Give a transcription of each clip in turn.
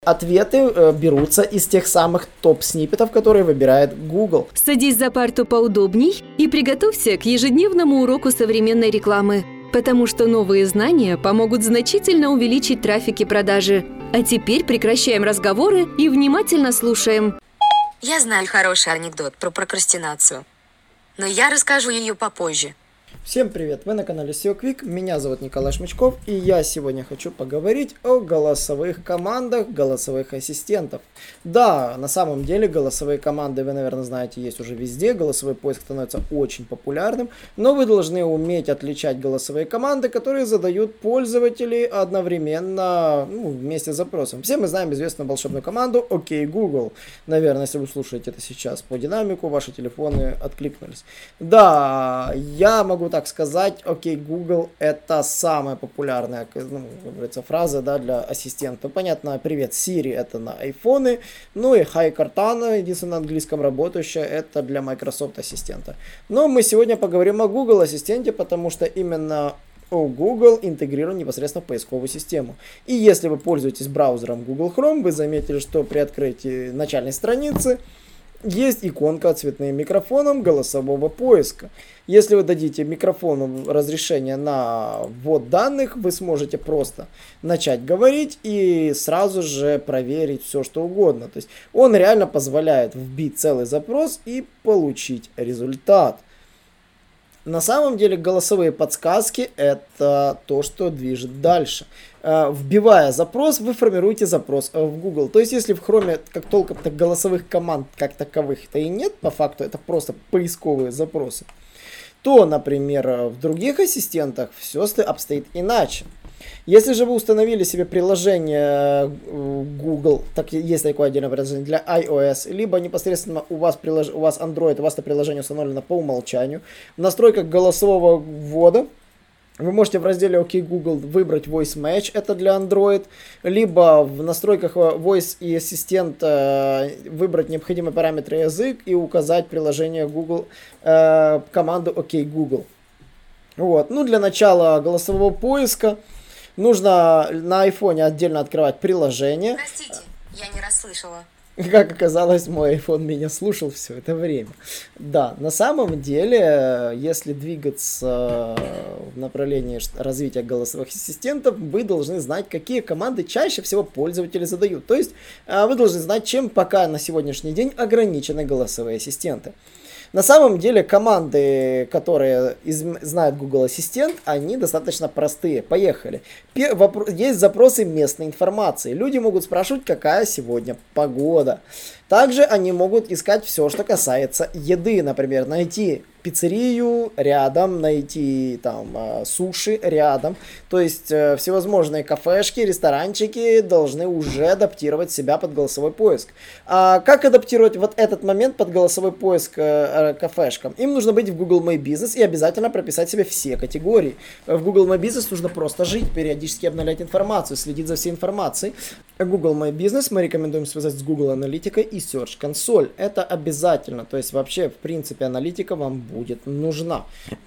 Ответы берутся из тех самых топ-сниппетов, которые выбирает Google. Садись за парту поудобней и приготовься к ежедневному уроку современной рекламы, потому что новые знания помогут значительно увеличить трафик и продажи. А теперь прекращаем разговоры и внимательно слушаем. Я знаю хороший анекдот про прокрастинацию, но я расскажу ее попозже. Всем привет, вы на канале SEO Quick, меня зовут Николай Шмычков, и я сегодня хочу поговорить о голосовых командах, голосовых ассистентов. Да, на самом деле голосовые команды, вы, наверное, знаете, есть уже везде, голосовой поиск становится очень популярным, но вы должны уметь отличать голосовые команды, которые задают пользователи одновременно, вместе с запросом. Все мы знаем известную волшебную команду «Окей, Google». Наверное, если вы слушаете это сейчас по динамику, ваши телефоны откликнулись. Да, я могу так сказать, окей, Google это самая популярная, как говорится, фраза, да, для ассистента. Понятно, привет, Siri это на айфоны, ну и Hi Cortana, единственное на английском работающая, это для Microsoft ассистента. Но мы сегодня поговорим о Google ассистенте, потому что именно Google интегрирован непосредственно в поисковую систему. И если вы пользуетесь браузером Google Chrome, вы заметили, что при открытии начальной страницы есть иконка цветным микрофоном голосового поиска. Если вы дадите микрофону разрешение на ввод данных, вы сможете просто начать говорить и сразу же проверить все, что угодно. То есть он реально позволяет вбить целый запрос и получить результат. На самом деле голосовые подсказки это то, что движет дальше. Вбивая запрос, вы формируете запрос в Google. То есть, если в Chrome как толком-то голосовых команд как таковых-то и нет, по факту это просто поисковые запросы, то, например, в других ассистентах все обстоит иначе. Если же вы установили себе приложение Google, так есть такое отдельное приложение для iOS, либо непосредственно у вас Android, у вас это приложение установлено по умолчанию, в настройках голосового ввода вы можете в разделе «Окей, Google» выбрать Voice Match, это для Android, либо в настройках Voice и Ассистент выбрать необходимые параметры язык и указать приложение Google, команду «Окей, Google». Вот. Для начала голосового поиска нужно на айфоне отдельно открывать приложение. Простите, я не расслышала. Как оказалось, мой iPhone меня слушал все это время. Да, на самом деле, если двигаться в направлении развития голосовых ассистентов, вы должны знать, какие команды чаще всего пользователи задают. То есть, вы должны знать, чем пока на сегодняшний день ограничены голосовые ассистенты. На самом деле команды, которые знают Google Ассистент, они достаточно простые. Поехали. Есть запросы местной информации. Люди могут спрашивать, какая сегодня погода. Также они могут искать все, что касается еды. Например, найти пиццерию рядом, найти там суши рядом. То есть всевозможные кафешки, ресторанчики должны уже адаптировать себя под голосовой поиск. А как адаптировать вот этот момент под голосовой поиск кафешкам? Им нужно быть в Google My Business и обязательно прописать себе все категории. В Google My Business нужно просто жить, периодически обновлять информацию, следить за всей информацией. Google My Business мы рекомендуем связать с Google Аналитикой и Search Console. Это обязательно, то есть вообще в принципе аналитика вам будет нужна.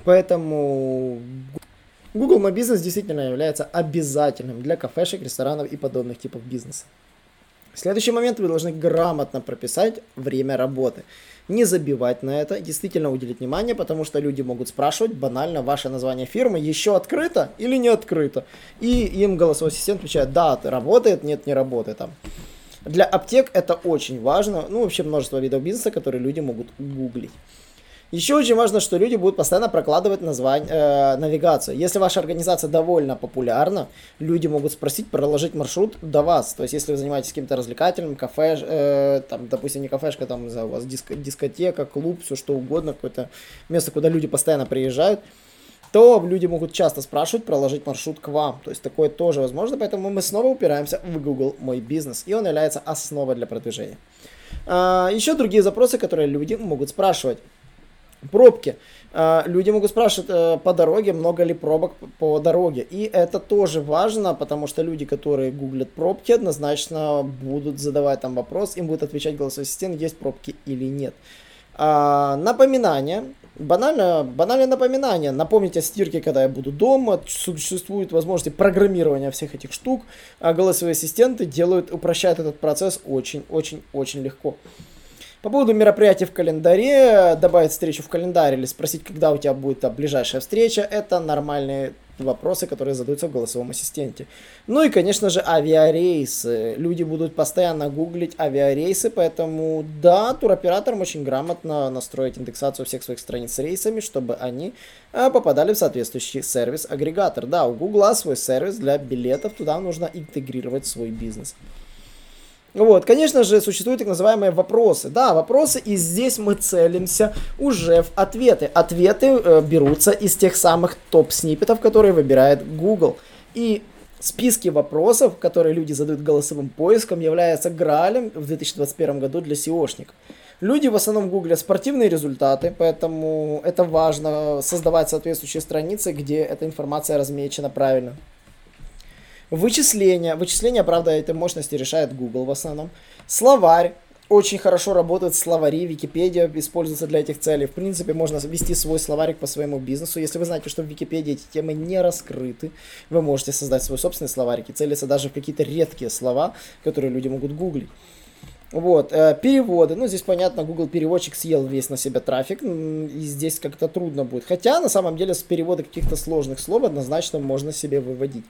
Поэтому Google My Business действительно является обязательным для кафешек, ресторанов и подобных типов бизнеса. В следующий момент вы должны грамотно прописать время работы. Не забивать на это, действительно уделить внимание, потому что люди могут спрашивать банально ваше название фирмы, еще открыто или не открыто. И им голосовой ассистент отвечает, да, работает, нет, не работает. Для аптек это очень важно, вообще множество видов бизнеса, которые люди могут гуглить. Еще очень важно, что люди будут постоянно прокладывать навигацию. Если ваша организация довольно популярна, люди могут спросить проложить маршрут до вас. То есть, если вы занимаетесь каким-то развлекательным, кафе, допустим, не кафешка, у вас дискотека, клуб, все что угодно, какое-то место, куда люди постоянно приезжают, то люди могут часто спрашивать проложить маршрут к вам. То есть, такое тоже возможно, поэтому мы снова упираемся в Google My Business, и он является основой для продвижения. Еще другие запросы, которые люди могут спрашивать. Пробки. Люди могут спрашивать по дороге, много ли пробок по дороге. И это тоже важно, потому что люди, которые гуглят пробки, однозначно будут задавать там вопрос, им будет отвечать голосовой ассистент, есть пробки или нет. Напоминание банальное напоминание. Напомнить о стирке, когда я буду дома. Существуют возможности программирования всех этих штук. А голосовые ассистенты упрощают этот процесс очень-очень-очень легко. По поводу мероприятий в календаре, добавить встречу в календарь или спросить, когда у тебя будет ближайшая встреча, это нормальные вопросы, которые задаются в голосовом ассистенте. Ну и, конечно же, авиарейсы. Люди будут постоянно гуглить авиарейсы, поэтому, да, туроператорам очень грамотно настроить индексацию всех своих страниц с рейсами, чтобы они попадали в соответствующий сервис-агрегатор. Да, у Гугла свой сервис для билетов, туда нужно интегрировать свой бизнес. Вот, конечно же, существуют так называемые вопросы. Да, вопросы, и здесь мы целимся уже в ответы. Ответы берутся из тех самых топ-сниппетов, которые выбирает Google. И списки вопросов, которые люди задают голосовым поиском, являются граалем в 2021 году для SEOшников. Люди в основном гуглят спортивные результаты, поэтому это важно создавать соответствующие страницы, где эта информация размечена правильно. Вычисления, правда, этой мощности решает Google в основном. Словарь. Очень хорошо работают словари, Википедия используется для этих целей. В принципе, можно ввести свой словарик по своему бизнесу. Если вы знаете, что в Википедии эти темы не раскрыты, вы можете создать свой собственный словарик и целиться даже в какие-то редкие слова, которые люди могут гуглить. Вот, переводы, ну здесь понятно, Google переводчик съел весь на себя трафик, и здесь как-то трудно будет. Хотя, на самом деле, с перевода каких-то сложных слов однозначно можно себе выводить.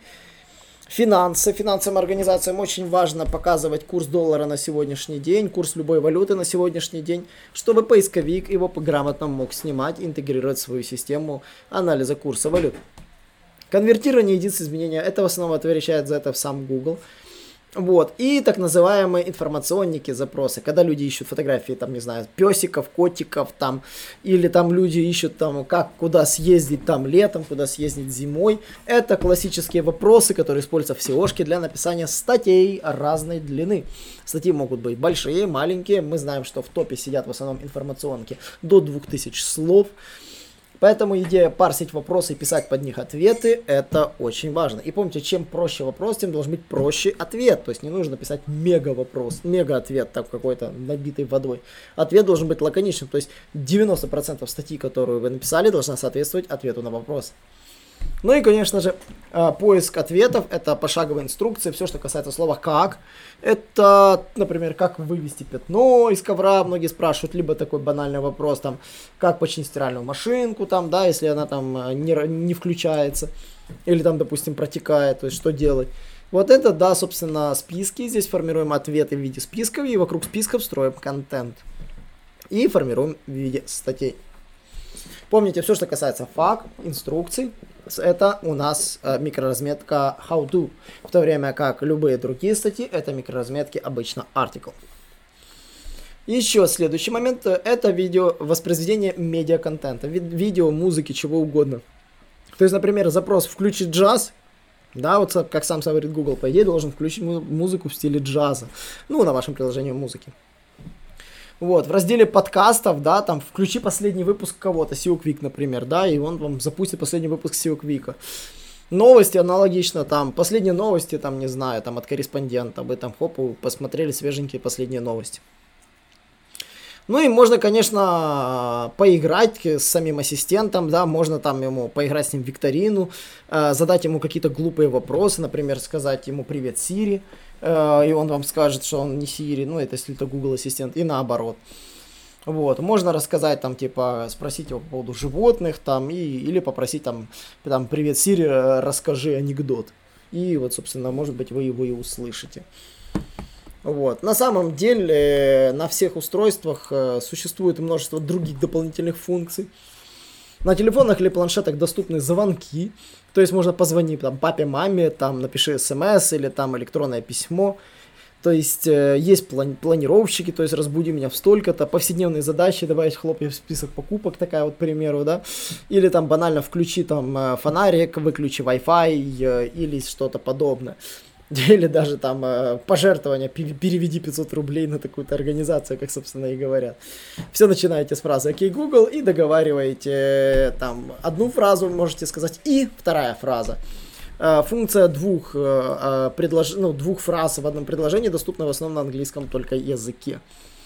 Финансовым организациям очень важно показывать курс доллара на сегодняшний день, курс любой валюты на сегодняшний день, чтобы поисковик его грамотно мог снимать, интегрировать в свою систему анализа курса валют. Конвертирование единиц изменения, это в основном отвечает за это сам Google. Вот, и так называемые информационники запросы, когда люди ищут фотографии, там, не знаю, песиков, котиков, там, или там люди ищут, там, куда съездить, там, летом, куда съездить зимой. Это классические вопросы, которые используются в SEOшке для написания статей разной длины. Статьи могут быть большие, маленькие, мы знаем, что в топе сидят в основном информационки до 2000 слов. Поэтому идея парсить вопросы и писать под них ответы, это очень важно. И помните, чем проще вопрос, тем должен быть проще ответ. То есть не нужно писать мега-вопрос, мега-ответ так какой-то набитый водой. Ответ должен быть лаконичным. То есть 90% статьи, которую вы написали, должна соответствовать ответу на вопрос. Ну и, конечно же, поиск ответов, это пошаговые инструкции, все, что касается слова «как». Это, например, как вывести пятно из ковра, многие спрашивают, либо такой банальный вопрос, там, как починить стиральную машинку, там, да, если она там не включается, или там, допустим, протекает, то есть что делать. Вот это, да, собственно, списки, здесь формируем ответы в виде списков, и вокруг списков строим контент. И формируем в виде статей. Помните, все, что касается фак, инструкций, это у нас микроразметка how to, в то время как любые другие статьи, это микроразметки обычно article. Еще следующий момент, это видео, воспроизведение медиаконтента, видео, музыки, чего угодно. То есть, например, запрос «включить джаз», да, вот как сам говорит Google, по идее, должен включить музыку в стиле джаза, ну, на вашем приложении музыки. Вот, в разделе подкастов, да, там, включи последний выпуск кого-то, SEO Quick, например, да, и он вам запустит последний выпуск SEO Quick. Новости аналогично, там, последние новости, там, не знаю, там, от корреспондента, вы там, хоп, посмотрели свеженькие последние новости. Ну и можно, конечно, поиграть с самим ассистентом, да, можно там ему поиграть с ним в викторину, задать ему какие-то глупые вопросы, например, сказать ему «Привет, Siri», и он вам скажет, что он не Siri, ну это если это Google ассистент, и наоборот. Вот, можно рассказать там, типа, спросить его по поводу животных, там, или попросить там, «Привет, Siri, расскажи анекдот». И вот, собственно, может быть, вы его и услышите. Вот. На самом деле, на всех устройствах существует множество других дополнительных функций. На телефонах или планшетах доступны звонки, то есть можно позвонить там, папе, маме, там, напиши смс или там электронное письмо. То есть есть планировщики, то есть разбуди меня в столько-то, повседневные задачи, добавить хлопья в список покупок, такая вот, к примеру, да. Или там банально включи там фонарик, выключи Wi-Fi или что-то подобное. Или даже там пожертвования, переведи 500 рублей на такую-то организацию, как, собственно, и говорят. Все начинаете с фразы «Окей, Google» и договариваете там одну фразу, можете сказать, и вторая фраза. Функция двух фраз в одном предложении доступна в основном на английском только языке.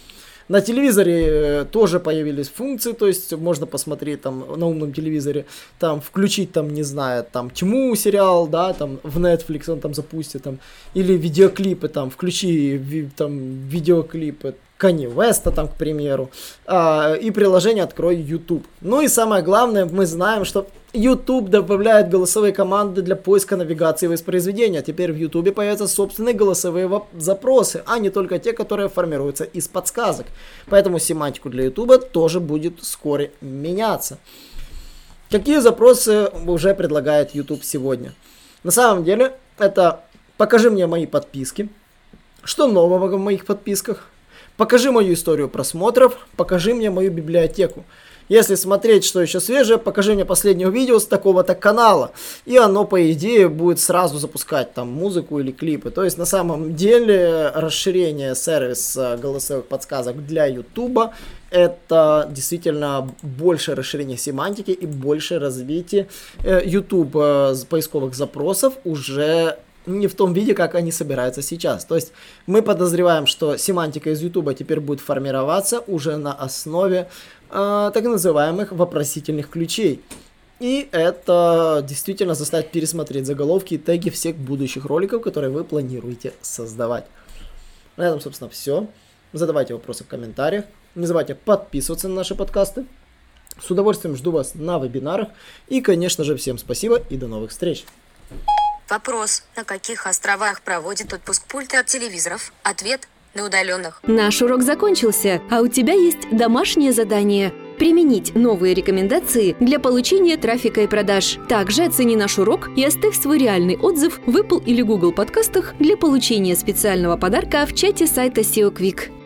На телевизоре тоже появились функции, то есть можно посмотреть там на умном телевизоре, там включить там, не знаю, там Тьму сериал, да, там в Netflix он там запустит, там, или видеоклипы, там, включи там видеоклипы Канье Уэста, там, к примеру, и приложение «Открой YouTube». Ну и самое главное, мы знаем, что YouTube добавляет голосовые команды для поиска, навигации и воспроизведения. Теперь в YouTube появятся собственные голосовые запросы, а не только те, которые формируются из подсказок. Поэтому семантику для YouTube тоже будет вскоре меняться. Какие запросы уже предлагает YouTube сегодня? На самом деле, это «покажи мне мои подписки», «что нового в моих подписках», «покажи мою историю просмотров», «покажи мне мою библиотеку». Если смотреть, что еще свежее, покажи мне последнее видео с такого-то канала. И оно, по идее, будет сразу запускать там музыку или клипы. То есть, на самом деле, расширение сервиса голосовых подсказок для YouTube это действительно большее расширение семантики и большее развитие YouTube поисковых запросов уже не в том виде, как они собираются сейчас. То есть мы подозреваем, что семантика из YouTube теперь будет формироваться уже на основе так называемых вопросительных ключей. И это действительно заставит пересмотреть заголовки и теги всех будущих роликов, которые вы планируете создавать. На этом, собственно, все. Задавайте вопросы в комментариях. Не забывайте подписываться на наши подкасты. С удовольствием жду вас на вебинарах. И, конечно же, всем спасибо и до новых встреч. Вопрос: на каких островах проводит отпуск пульты от телевизоров? Ответ: на удаленных. Наш урок закончился, а у тебя есть домашнее задание – применить новые рекомендации для получения трафика и продаж. Также оцени наш урок и оставь свой реальный отзыв в Apple или Google подкастах для получения специального подарка в чате сайта SEO Quick.